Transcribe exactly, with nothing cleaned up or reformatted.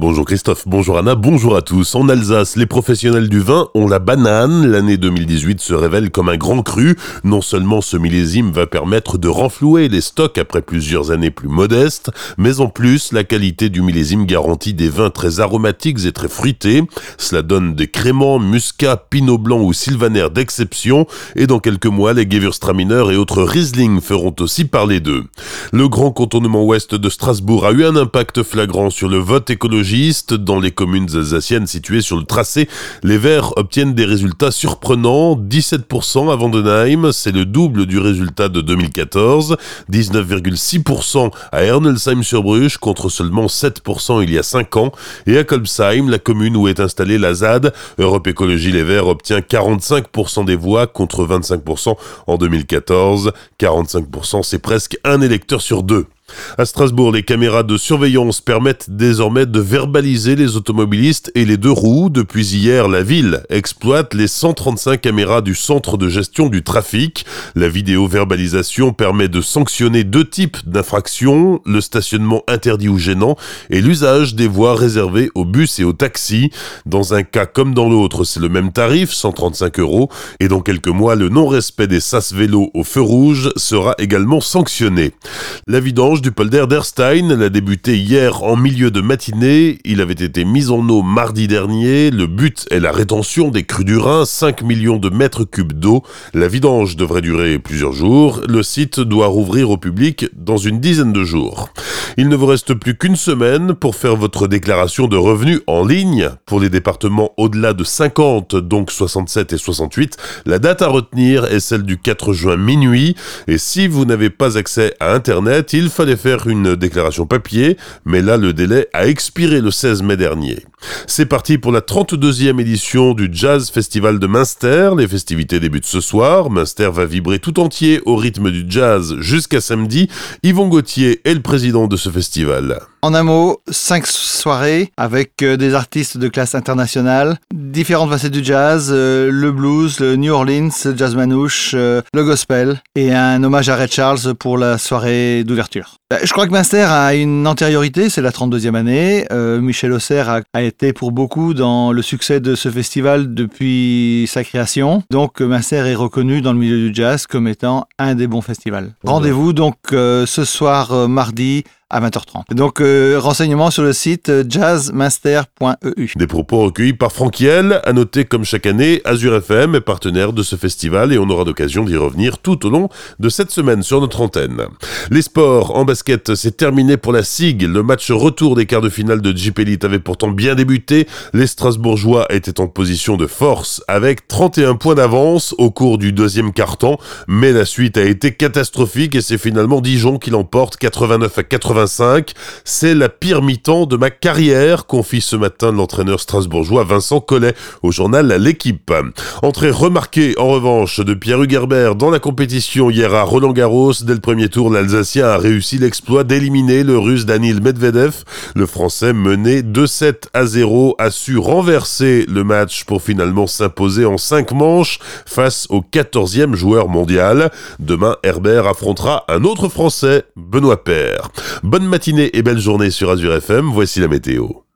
Bonjour Christophe, bonjour Anna, bonjour à tous. En Alsace, les professionnels du vin ont la banane. L'année deux mille dix-huit se révèle comme un grand cru. Non seulement ce millésime va permettre de renflouer les stocks après plusieurs années plus modestes, mais en plus, la qualité du millésime garantit des vins très aromatiques et très fruités. Cela donne des créments, muscat, pinot blanc ou sylvaner d'exception. Et dans quelques mois, les Gewürztraminer et autres Riesling feront aussi parler d'eux. Le grand contournement ouest de Strasbourg a eu un impact flagrant sur le vote écologiste. Dans les communes alsaciennes situées sur le tracé, les Verts obtiennent des résultats surprenants. dix-sept pour cent à Vendenheim, c'est le double du résultat de deux mille quatorze. dix-neuf virgule six pour cent à Ernelsheim-sur-Bruche contre seulement sept pour cent il y a cinq ans. Et à Kolbsheim, la commune où est installée la Z A D, Europe Écologie Les Verts obtient quarante-cinq pour cent des voix contre vingt-cinq pour cent en deux mille quatorze. quarante-cinq pour cent, c'est presque un électeur sur deux. À Strasbourg, les caméras de surveillance permettent désormais de verbaliser les automobilistes et les deux roues. Depuis hier, la ville exploite les cent trente-cinq caméras du centre de gestion du trafic. La vidéo-verbalisation permet de sanctionner deux types d'infractions, le stationnement interdit ou gênant et l'usage des voies réservées aux bus et aux taxis. Dans un cas comme dans l'autre, c'est le même tarif, cent trente-cinq euros. Et dans quelques mois, le non-respect des sas vélos au feu rouge sera également sanctionné. La vidange du polder d'Erstein l'a débuté hier en milieu de matinée. Il avait été mis en eau mardi dernier. Le but est la rétention des crues du Rhin, cinq millions de mètres cubes d'eau. La vidange devrait durer plusieurs jours. Le site doit rouvrir au public dans une dizaine de jours. Il ne vous reste plus qu'une semaine pour faire votre déclaration de revenus en ligne. Pour les départements au-delà de cinquante, donc soixante-sept et soixante-huit, la date à retenir est celle du quatre juin minuit. Et si vous n'avez pas accès à Internet, il fallait faire une déclaration papier, mais là le délai a expiré le seize mai dernier. C'est parti pour la trente-deuxième édition du Jazz Festival de Münster. Les festivités débutent ce soir. Münster va vibrer tout entier au rythme du jazz jusqu'à samedi. Yvon Gauthier est le président de ce festival. En un mot, cinq soirées avec euh, des artistes de classe internationale, différentes facettes du jazz, euh, le blues, le New Orleans, le jazz manouche, euh, le gospel et un hommage à Ray Charles pour la soirée d'ouverture. Je crois que Münster a une antériorité, c'est la trente-deuxième année. Euh, Michel Auxerre a, a été pour beaucoup dans le succès de ce festival depuis sa création. Donc Münster est reconnu dans le milieu du jazz comme étant un des bons festivals. Rendez-vous donc euh, ce soir euh, mardi à vingt heures trente. Donc, euh, renseignements sur le site euh, jazz münster point e u. Des propos recueillis par Franck Hiel. À noter, comme chaque année, Azure F M est partenaire de ce festival et on aura l'occasion d'y revenir tout au long de cette semaine sur notre antenne. Les sports, en basket, c'est terminé pour la S I G. Le match retour des quarts de finale de Jeep Elite avait pourtant bien débuté. Les Strasbourgeois étaient en position de force avec trente et un points d'avance au cours du deuxième quart-temps. Mais la suite a été catastrophique et c'est finalement Dijon qui l'emporte quatre-vingt-neuf à quatre-vingt-cinq. C'est la pire mi-temps de ma carrière, confie ce matin l'entraîneur strasbourgeois Vincent Collet au journal L'Équipe. Entrée remarquée en revanche de Pierre Hugerbert dans la compétition hier à Roland-Garros. Dès le premier tour, l'Alsacien a réussi l'exploit d'éliminer le Russe Danil Medvedev. Le Français, mené deux sept à zéro, a su renverser le match pour finalement s'imposer en cinq manches face au quatorzième joueur mondial. Demain, Herbert affrontera un autre Français, Benoît Paire. Bonne matinée et belle journée sur Azure F M, voici la météo.